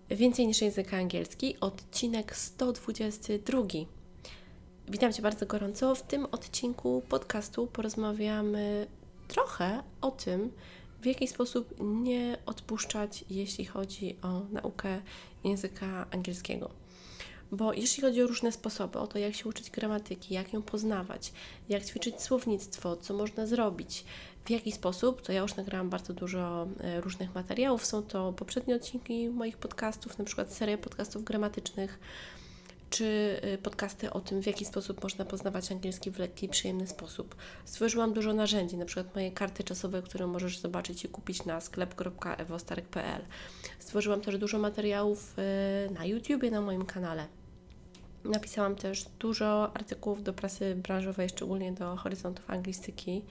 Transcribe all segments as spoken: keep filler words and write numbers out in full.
Więcej niż język angielski, odcinek sto dwudziesty drugi. Witam Cię bardzo gorąco. W tym odcinku podcastu porozmawiamy trochę o tym, w jaki sposób nie odpuszczać, jeśli chodzi o naukę języka angielskiego. Bo jeśli chodzi o różne sposoby, o to, jak się uczyć gramatyki, jak ją poznawać, jak ćwiczyć słownictwo, co można zrobić, w jaki sposób, to ja już nagrałam bardzo dużo różnych materiałów. Są to poprzednie odcinki moich podcastów, na przykład seria podcastów gramatycznych, czy podcasty o tym, w jaki sposób można poznawać angielski w lekki i przyjemny sposób. Stworzyłam dużo narzędzi, na przykład moje karty czasowe, które możesz zobaczyć i kupić na sklep kropka ewostarek kropka pe el. Stworzyłam też dużo materiałów na YouTubie, na moim kanale. Napisałam też dużo artykułów do prasy branżowej, szczególnie do Horyzontów Anglistyki.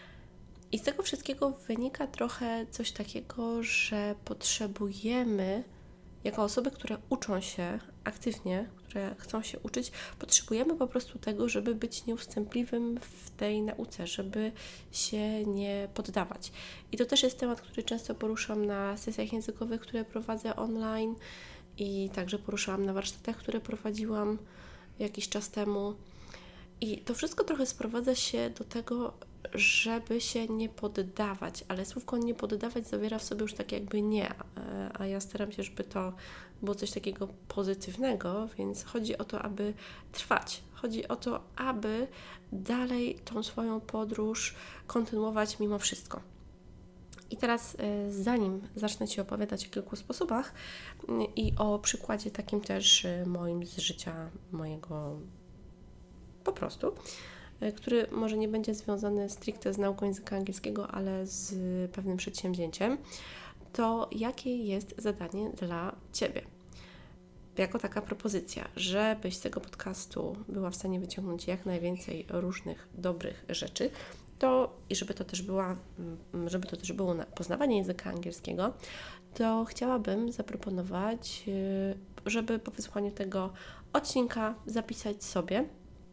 I z tego wszystkiego wynika trochę coś takiego, że potrzebujemy, jako osoby, które uczą się aktywnie, które chcą się uczyć, potrzebujemy po prostu tego, żeby być nieustępliwym w tej nauce, żeby się nie poddawać. I to też jest temat, który często poruszam na sesjach językowych, które prowadzę online i także poruszałam na warsztatach, które prowadziłam jakiś czas temu. I to wszystko trochę sprowadza się do tego, żeby się nie poddawać, ale słówko nie poddawać zawiera w sobie już tak jakby nie, a ja staram się, żeby to było coś takiego pozytywnego, więc chodzi o to, aby trwać. Chodzi o to, aby dalej tą swoją podróż kontynuować mimo wszystko. I teraz zanim zacznę Ci opowiadać o kilku sposobach i o przykładzie takim też moim z życia mojego po prostu, który może nie będzie związany stricte z nauką języka angielskiego, ale z pewnym przedsięwzięciem, to jakie jest zadanie dla Ciebie? Jako taka propozycja, żebyś z tego podcastu była w stanie wyciągnąć jak najwięcej różnych dobrych rzeczy, to i żeby to też była, żeby to też było poznawanie języka angielskiego, to chciałabym zaproponować, żeby po wysłuchaniu tego odcinka zapisać sobie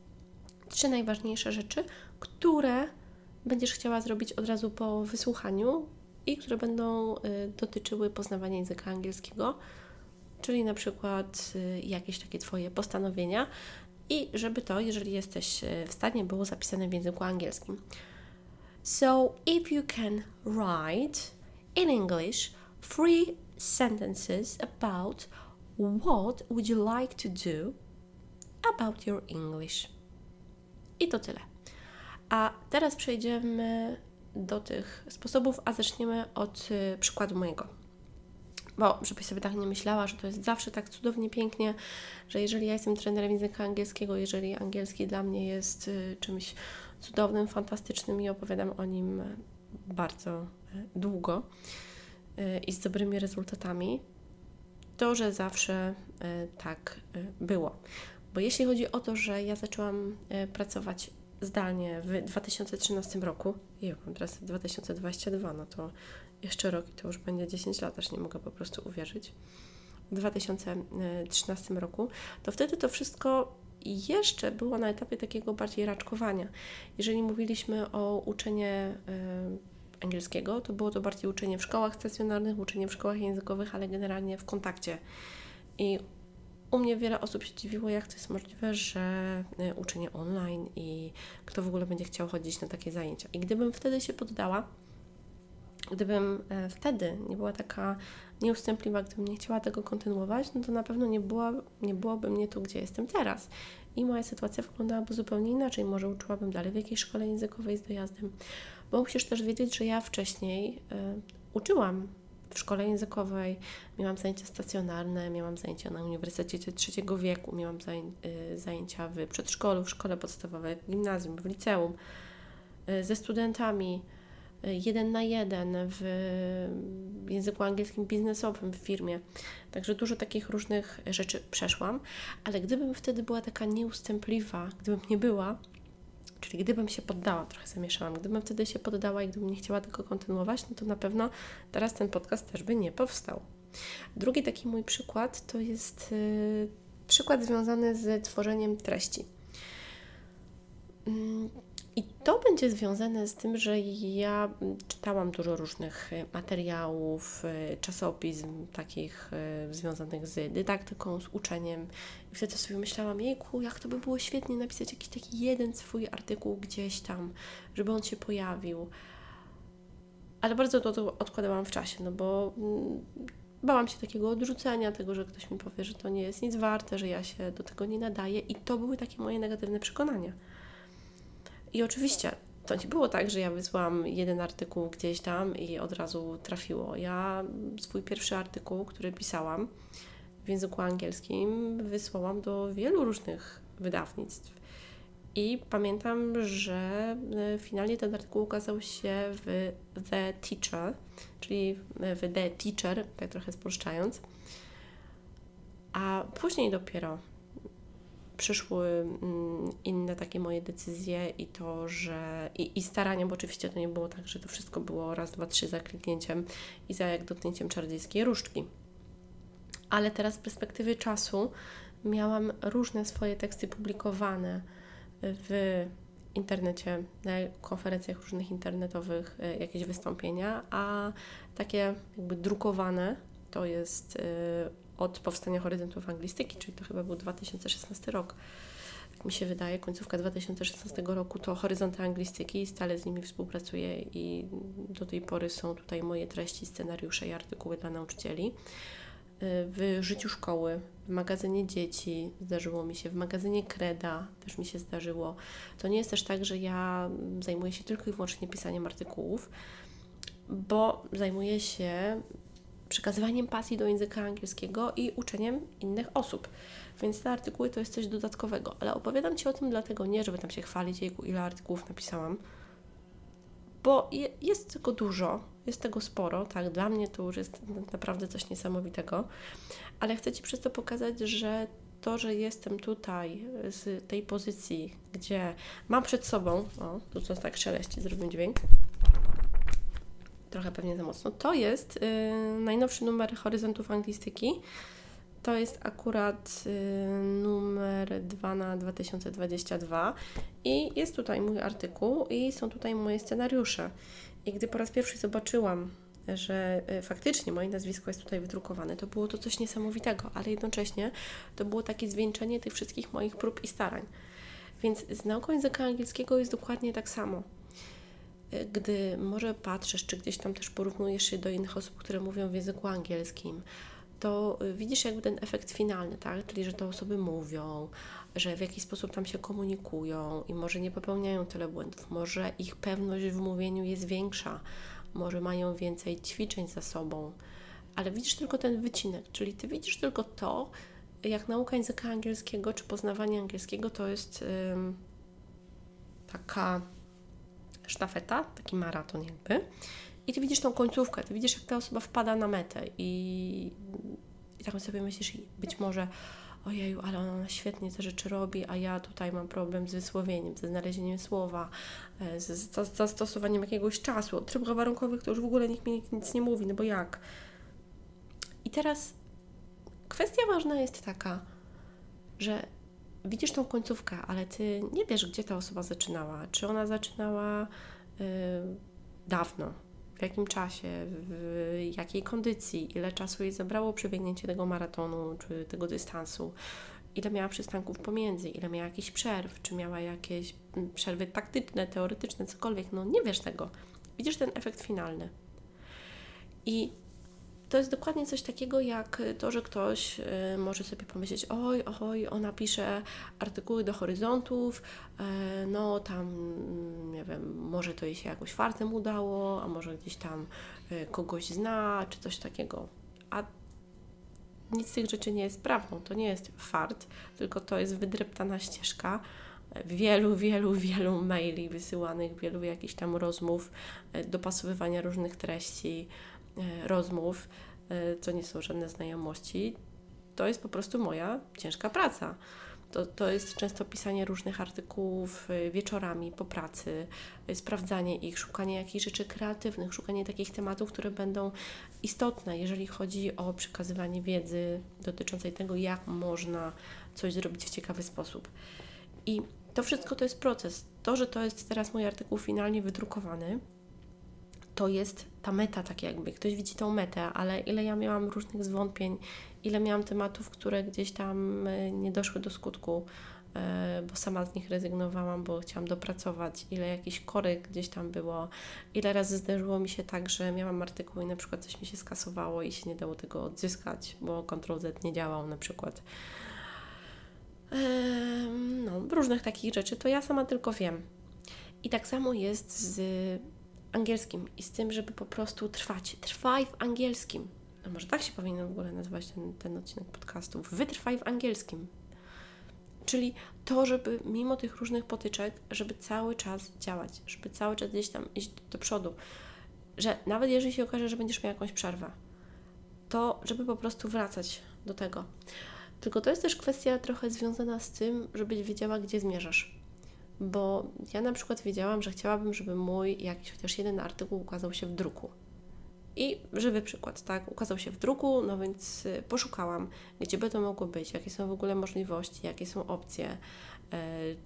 trzy najważniejsze rzeczy, które będziesz chciała zrobić od razu po wysłuchaniu i które będą dotyczyły poznawania języka angielskiego, czyli na przykład jakieś takie Twoje postanowienia i żeby to, jeżeli jesteś w stanie, było zapisane w języku angielskim. So, if you can write in English three sentences about what would you like to do about your English. I to tyle. A teraz przejdziemy do tych sposobów, a zaczniemy od y, przykładu mojego. Bo żebyś sobie tak nie myślała, że to jest zawsze tak cudownie, pięknie, że jeżeli ja jestem trenerem języka angielskiego, jeżeli angielski dla mnie jest y, czymś cudownym, fantastycznym i opowiadam o nim bardzo y, długo y, i z dobrymi rezultatami, to, że zawsze y, tak y, było. Bo jeśli chodzi o to, że ja zaczęłam y, pracować zdalnie w dwa tysiące trzynastym roku, i mam teraz dwa tysiące dwudziesty drugi, no to jeszcze rok i to już będzie dziesięć lat, aż nie mogę po prostu uwierzyć. W dwa tysiące trzynastym roku, to wtedy to wszystko jeszcze było na etapie takiego bardziej raczkowania. Jeżeli mówiliśmy o uczeniu y, angielskiego, to było to bardziej uczenie w szkołach stacjonarnych, uczenie w szkołach językowych, ale generalnie w kontakcie. I u mnie wiele osób się dziwiło, jak to jest możliwe, że uczenie online i kto w ogóle będzie chciał chodzić na takie zajęcia. I gdybym wtedy się poddała, gdybym wtedy nie była taka nieustępliwa, gdybym nie chciała tego kontynuować, no to na pewno nie, była, nie byłoby mnie tu, gdzie jestem teraz. I moja sytuacja wyglądałaby zupełnie inaczej. Może uczyłabym dalej w jakiejś szkole językowej z dojazdem. Bo musisz też wiedzieć, że ja wcześniej y, uczyłam w szkole językowej, miałam zajęcia stacjonarne, miałam zajęcia na Uniwersytecie Trzeciego Wieku, miałam zaj- y, zajęcia w przedszkolu, w szkole podstawowej, w gimnazjum, w liceum, y, ze studentami, y, jeden na jeden w języku angielskim biznesowym w firmie. Także dużo takich różnych rzeczy przeszłam, ale gdybym wtedy była taka nieustępliwa, gdybym nie była, czyli gdybym się poddała, trochę zamieszałam, gdybym wtedy się poddała i gdybym nie chciała tego kontynuować, no to na pewno teraz ten podcast też by nie powstał. Drugi taki mój przykład to jest yy, przykład związany z tworzeniem treści. Yy, I to będzie związane z tym, że ja czytałam dużo różnych materiałów, czasopism takich związanych z dydaktyką, z uczeniem. I wtedy sobie myślałam, jejku, jak to by było świetnie napisać jakiś taki jeden swój artykuł gdzieś tam, żeby on się pojawił. Ale bardzo to odkładałam w czasie, no bo bałam się takiego odrzucenia, tego, że ktoś mi powie, że to nie jest nic warte, że ja się do tego nie nadaję i to były takie moje negatywne przekonania. I oczywiście to nie było tak, że ja wysłałam jeden artykuł gdzieś tam i od razu trafiło. Ja swój pierwszy artykuł, który pisałam w języku angielskim, wysłałam do wielu różnych wydawnictw. I pamiętam, że finalnie ten artykuł ukazał się w The Teacher, czyli w The Teacher, tak trochę spolszczając. A później dopiero przyszły inne takie moje decyzje i to, że i, i starania, bo oczywiście to nie było tak, że to wszystko było raz, dwa, trzy za kliknięciem i za jak dotknięciem czarodziejskiej różdżki. Ale teraz z perspektywy czasu miałam różne swoje teksty publikowane w internecie, na konferencjach różnych internetowych, jakieś wystąpienia, a takie jakby drukowane to jest od powstania Horyzontów Anglistyki, czyli to chyba był dwa tysiące szesnasty rok. Jak mi się wydaje, końcówka dwa tysiące szesnastego roku to Horyzonty Anglistyki i stale z nimi współpracuję i do tej pory są tutaj moje treści, scenariusze i artykuły dla nauczycieli. W życiu szkoły, w magazynie dzieci zdarzyło mi się, w magazynie Kreda też mi się zdarzyło. To nie jest też tak, że ja zajmuję się tylko i wyłącznie pisaniem artykułów, bo zajmuję się przekazywaniem pasji do języka angielskiego i uczeniem innych osób. Więc te artykuły to jest coś dodatkowego. Ale opowiadam Ci o tym dlatego nie, żeby tam się chwalić, jejku, ile artykułów napisałam, bo je, jest tego dużo, jest tego sporo, tak, dla mnie to już jest naprawdę coś niesamowitego, ale chcę Ci przez to pokazać, że to, że jestem tutaj z tej pozycji, gdzie mam przed sobą, o, tu co tak szeleści, zrobię dźwięk, trochę pewnie za mocno, to jest yy, najnowszy numer Horyzontów Anglistyki. To jest akurat y, numer dwa na dwa tysiące dwudziesty drugi i jest tutaj mój artykuł i są tutaj moje scenariusze. I gdy po raz pierwszy zobaczyłam, że y, faktycznie moje nazwisko jest tutaj wydrukowane, to było to coś niesamowitego, ale jednocześnie to było takie zwieńczenie tych wszystkich moich prób i starań. Więc z nauką języka angielskiego jest dokładnie tak samo. Gdy może patrzysz, czy gdzieś tam też porównujesz się do innych osób, które mówią w języku angielskim, to widzisz jakby ten efekt finalny, tak? Czyli że te osoby mówią, że w jakiś sposób tam się komunikują i może nie popełniają tyle błędów, może ich pewność w mówieniu jest większa, może mają więcej ćwiczeń za sobą, ale widzisz tylko ten wycinek, czyli Ty widzisz tylko to, jak nauka języka angielskiego czy poznawanie angielskiego to jest ym, taka sztafeta, taki maraton jakby. I Ty widzisz tą końcówkę, Ty widzisz, jak ta osoba wpada na metę i, i tak sobie myślisz, być może ojeju, ale ona świetnie te rzeczy robi, a ja tutaj mam problem z wysłowieniem, ze znalezieniem słowa, z, z zastosowaniem jakiegoś czasu. Od trybów warunkowych to już w ogóle nikt mi nic nie mówi, no bo jak? I teraz kwestia ważna jest taka, że widzisz tą końcówkę, ale Ty nie wiesz, gdzie ta osoba zaczynała. Czy ona zaczynała yy, dawno, w jakim czasie, w jakiej kondycji, ile czasu jej zabrało przebiegnięcie tego maratonu czy tego dystansu, ile miała przystanków pomiędzy, ile miała jakichś przerw, czy miała jakieś przerwy taktyczne, teoretyczne, cokolwiek. No nie wiesz tego. Widzisz ten efekt finalny. I to jest dokładnie coś takiego jak to, że ktoś y, może sobie pomyśleć, oj, oj, ona pisze artykuły do Horyzontów, y, no tam, nie wiem, może to jej się jakoś fartem udało, a może gdzieś tam y, kogoś zna, czy coś takiego. A nic z tych rzeczy nie jest prawdą, to nie jest fart, tylko to jest wydreptana ścieżka wielu, wielu, wielu maili wysyłanych, wielu jakichś tam rozmów, y, dopasowywania różnych treści, rozmów, co nie są żadne znajomości, to jest po prostu moja ciężka praca. To, to jest często pisanie różnych artykułów wieczorami po pracy, sprawdzanie ich, szukanie jakichś rzeczy kreatywnych, szukanie takich tematów, które będą istotne, jeżeli chodzi o przekazywanie wiedzy dotyczącej tego, jak można coś zrobić w ciekawy sposób. I to wszystko to jest proces. To, że to jest teraz mój artykuł finalnie wydrukowany, to jest ta meta, tak jakby. Ktoś widzi tą metę, ale ile ja miałam różnych zwątpień, ile miałam tematów, które gdzieś tam nie doszły do skutku, bo sama z nich rezygnowałam, bo chciałam dopracować, ile jakichś koryk gdzieś tam było, ile razy zdarzyło mi się tak, że miałam artykuł i na przykład coś mi się skasowało i się nie dało tego odzyskać, bo kontrol Z nie działał na przykład. Ehm, no, różnych takich rzeczy, to ja sama tylko wiem. I tak samo jest z angielskim i z tym, żeby po prostu trwać. Trwaj w angielskim. No może tak się powinien w ogóle nazywać ten, ten odcinek podcastu. Wytrwaj w angielskim. Czyli to, żeby mimo tych różnych potyczek, żeby cały czas działać, żeby cały czas gdzieś tam iść do przodu, że nawet jeżeli się okaże, że będziesz miał jakąś przerwę, to żeby po prostu wracać do tego. Tylko to jest też kwestia trochę związana z tym, żebyś wiedziała, gdzie zmierzasz. Bo ja na przykład wiedziałam, że chciałabym, żeby mój jakiś chociaż jeden artykuł ukazał się w druku. I żywy przykład, tak, ukazał się w druku, no więc poszukałam, gdzie by to mogło być, jakie są w ogóle możliwości, jakie są opcje, yy,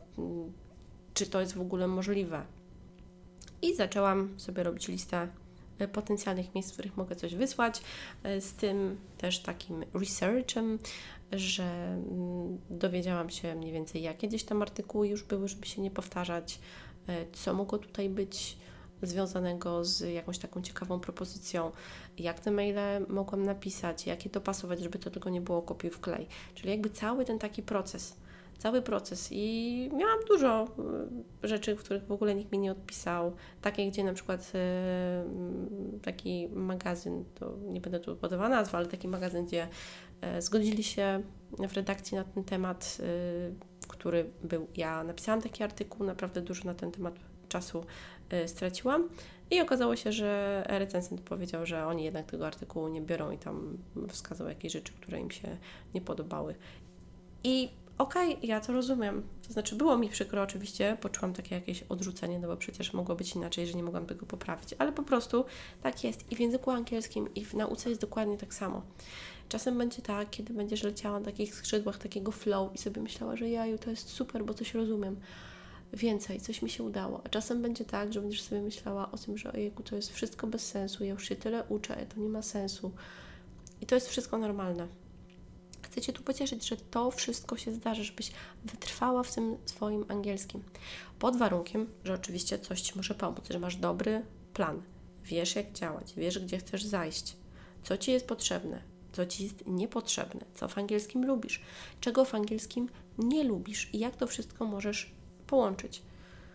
czy to jest w ogóle możliwe. I zaczęłam sobie robić listę potencjalnych miejsc, w których mogę coś wysłać, z tym też takim researchem, że dowiedziałam się mniej więcej, jakie gdzieś tam artykuły już były, żeby się nie powtarzać, co mogło tutaj być związanego z jakąś taką ciekawą propozycją, jak te maile mogłam napisać, jak je dopasować, żeby to tylko nie było kopiuj wklej. Czyli jakby cały ten taki proces, cały proces i miałam dużo rzeczy, w których w ogóle nikt mi nie odpisał, takie, gdzie na przykład yy, taki magazyn, to nie będę tu podawała nazwy, ale taki magazyn, gdzie yy, zgodzili się w redakcji na ten temat, yy, który był, ja napisałam taki artykuł, naprawdę dużo na ten temat czasu y, straciłam i okazało się, że recenzent powiedział, że oni jednak tego artykułu nie biorą i tam wskazał jakieś rzeczy, które im się nie podobały. I okej, okay, ja to rozumiem. To znaczy było mi przykro oczywiście, poczułam takie jakieś odrzucenie, no bo przecież mogło być inaczej, że nie mogłam tego poprawić, ale po prostu tak jest i w języku angielskim i w nauce jest dokładnie tak samo. Czasem będzie tak, kiedy będziesz leciała na takich skrzydłach takiego flow i sobie myślała, że jaju, to jest super, bo coś rozumiem. Więcej, coś mi się udało. A czasem będzie tak, że będziesz sobie myślała o tym, że ojejku, to jest wszystko bez sensu, ja już się tyle uczę, to nie ma sensu. I to jest wszystko normalne. Chcę Cię tu pocieszyć, że to wszystko się zdarzy, żebyś wytrwała w tym swoim angielskim. Pod warunkiem, że oczywiście coś Ci może pomóc, że masz dobry plan, wiesz jak działać, wiesz gdzie chcesz zajść, co Ci jest potrzebne, co Ci jest niepotrzebne, co w angielskim lubisz, czego w angielskim nie lubisz i jak to wszystko możesz połączyć.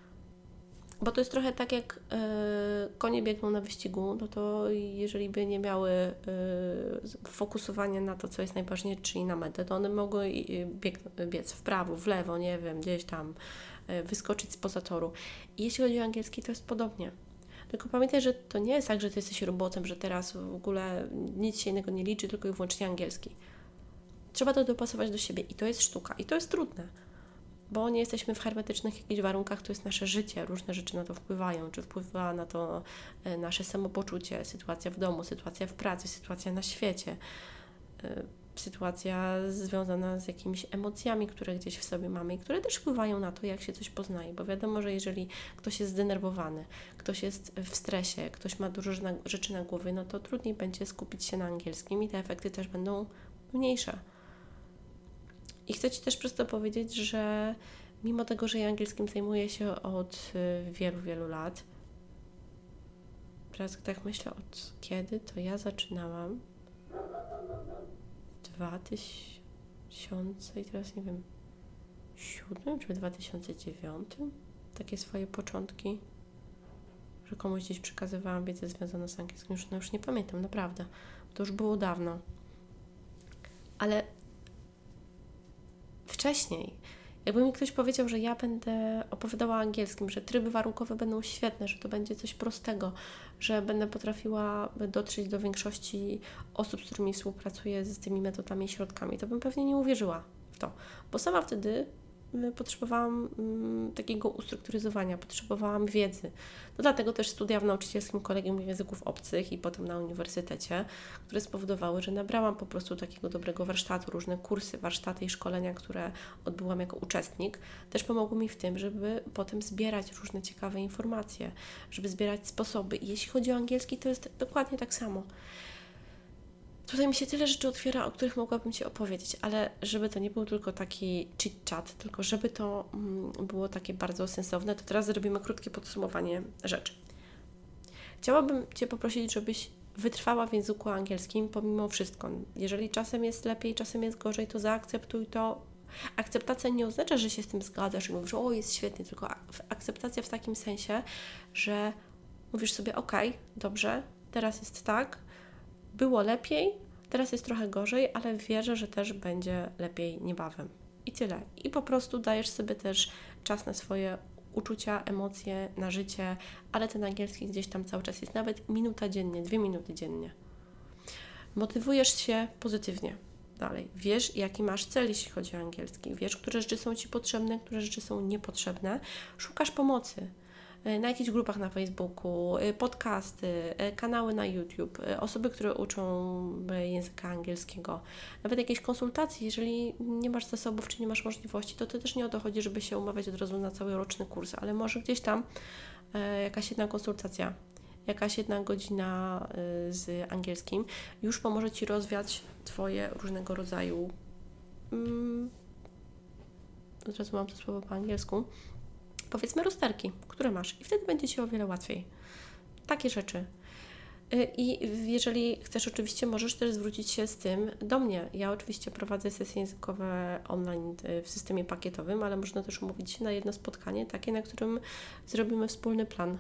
Bo to jest trochę tak, jak yy, konie biegną na wyścigu, no to jeżeli by nie miały yy, fokusowania na to, co jest najważniejsze, czyli na metę, to one mogły yy, bieg, biec w prawo, w lewo, nie wiem, gdzieś tam yy, wyskoczyć spoza toru. I jeśli chodzi o angielski, to jest podobnie. Tylko pamiętaj, że to nie jest tak, że Ty jesteś robotem, że teraz w ogóle nic się innego nie liczy, tylko i wyłącznie angielski. Trzeba to dopasować do siebie i to jest sztuka i to jest trudne. Bo nie jesteśmy w hermetycznych jakichś warunkach, to jest nasze życie, różne rzeczy na to wpływają, czy wpływa na to nasze samopoczucie, sytuacja w domu, sytuacja w pracy, sytuacja na świecie, sytuacja związana z jakimiś emocjami, które gdzieś w sobie mamy i które też wpływają na to, jak się coś poznaje, bo wiadomo, że jeżeli ktoś jest zdenerwowany, ktoś jest w stresie, ktoś ma dużo rzeczy na głowie, no to trudniej będzie skupić się na angielskim i te efekty też będą mniejsze. I chcę Ci też przez to powiedzieć, że mimo tego, że ja angielskim zajmuję się od wielu, wielu lat, teraz tak myślę, od kiedy, to ja zaczynałam w dwa tysiące, i teraz nie wiem, siódmym czy w dwa tysiące dziewiątym, takie swoje początki, że komuś gdzieś przekazywałam wiedzę związaną z angielskim, już, no już nie pamiętam, naprawdę, to już było dawno. Ale wcześniej, jakby mi ktoś powiedział, że ja będę opowiadała o angielskim, że tryby warunkowe będą świetne, że to będzie coś prostego, że będę potrafiła dotrzeć do większości osób, z którymi współpracuję z tymi metodami i środkami, to bym pewnie nie uwierzyła w to, bo sama wtedy potrzebowałam mm, takiego ustrukturyzowania, potrzebowałam wiedzy. No dlatego też studia w nauczycielskim kolegium języków obcych i potem na uniwersytecie, które spowodowały, że nabrałam po prostu takiego dobrego warsztatu, różne kursy, warsztaty i szkolenia, które odbyłam jako uczestnik, też pomogły mi w tym, żeby potem zbierać różne ciekawe informacje, żeby zbierać sposoby. I jeśli chodzi o angielski, to jest dokładnie tak samo. Tutaj mi się tyle rzeczy otwiera, o których mogłabym Ci opowiedzieć, ale żeby to nie był tylko taki chit-chat, tylko żeby to mm, było takie bardzo sensowne, to teraz zrobimy krótkie podsumowanie rzeczy. Chciałabym Cię poprosić, żebyś wytrwała w języku angielskim pomimo wszystko. Jeżeli czasem jest lepiej, czasem jest gorzej, to zaakceptuj to. Akceptacja nie oznacza, że się z tym zgadzasz i mówisz, o jest świetnie, tylko akceptacja w takim sensie, że mówisz sobie, ok, dobrze, teraz jest tak, było lepiej, teraz jest trochę gorzej, ale wierzę, że też będzie lepiej niebawem. I tyle. I po prostu dajesz sobie też czas na swoje uczucia, emocje, na życie, ale ten angielski gdzieś tam cały czas jest, nawet minuta dziennie, dwie minuty dziennie. Motywujesz się pozytywnie dalej. Wiesz, jaki masz cel, jeśli chodzi o angielski. Wiesz, które rzeczy są Ci potrzebne, które rzeczy są niepotrzebne. Szukasz pomocy na jakichś grupach na Facebooku, podcasty, kanały na YouTube, osoby, które uczą języka angielskiego, nawet jakieś konsultacje, jeżeli nie masz zasobów czy nie masz możliwości, to to też nie o to chodzi, żeby się umawiać od razu na cały roczny kurs, ale może gdzieś tam jakaś jedna konsultacja, jakaś jedna godzina z angielskim już pomoże Ci rozwiać Twoje różnego rodzaju mm, od razu mam to słowo po angielsku, powiedzmy rozterki, które masz i wtedy będzie Ci o wiele łatwiej. Takie rzeczy. I jeżeli chcesz, oczywiście możesz też zwrócić się z tym do mnie. Ja oczywiście prowadzę sesje językowe online w systemie pakietowym, ale można też umówić się na jedno spotkanie, takie, na którym zrobimy wspólny plan.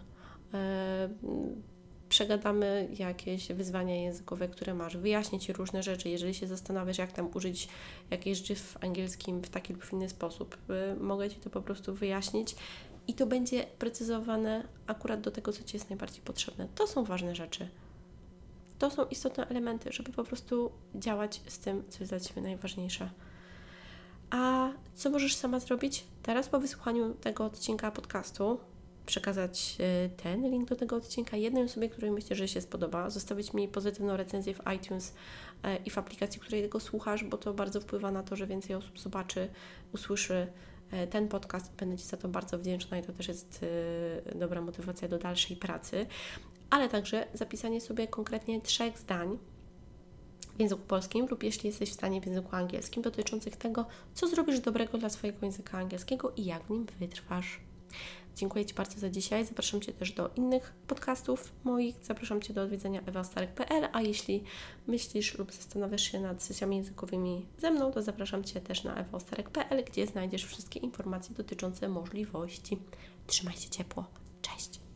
Przegadamy jakieś wyzwania językowe, które masz, wyjaśnię Ci różne rzeczy, jeżeli się zastanawiasz, jak tam użyć jakiejś rzeczy w angielskim w taki lub inny sposób. Mogę Ci to po prostu wyjaśnić i to będzie precyzowane akurat do tego, co Ci jest najbardziej potrzebne. To są ważne rzeczy. To są istotne elementy, żeby po prostu działać z tym, co jest dla Ciebie najważniejsze. A co możesz sama zrobić? Teraz po wysłuchaniu tego odcinka podcastu przekazać ten link do tego odcinka jednej osobie, której myślę, że się spodoba, zostawić mi pozytywną recenzję w iTunes i w aplikacji, której tego słuchasz, bo to bardzo wpływa na to, że więcej osób zobaczy, usłyszy ten podcast. Będę Ci za to bardzo wdzięczna i to też jest dobra motywacja do dalszej pracy, ale także zapisanie sobie konkretnie trzech zdań w języku polskim lub jeśli jesteś w stanie w języku angielskim dotyczących tego, co zrobisz dobrego dla swojego języka angielskiego i jak w nim wytrwasz. Dziękuję Ci bardzo za dzisiaj. Zapraszam Cię też do innych podcastów moich. Zapraszam Cię do odwiedzenia ewa ostarek kropka pe el, a jeśli myślisz lub zastanawiasz się nad sesjami językowymi ze mną, to zapraszam Cię też na ewa ostarek kropka pe el, gdzie znajdziesz wszystkie informacje dotyczące możliwości. Trzymaj się ciepło. Cześć!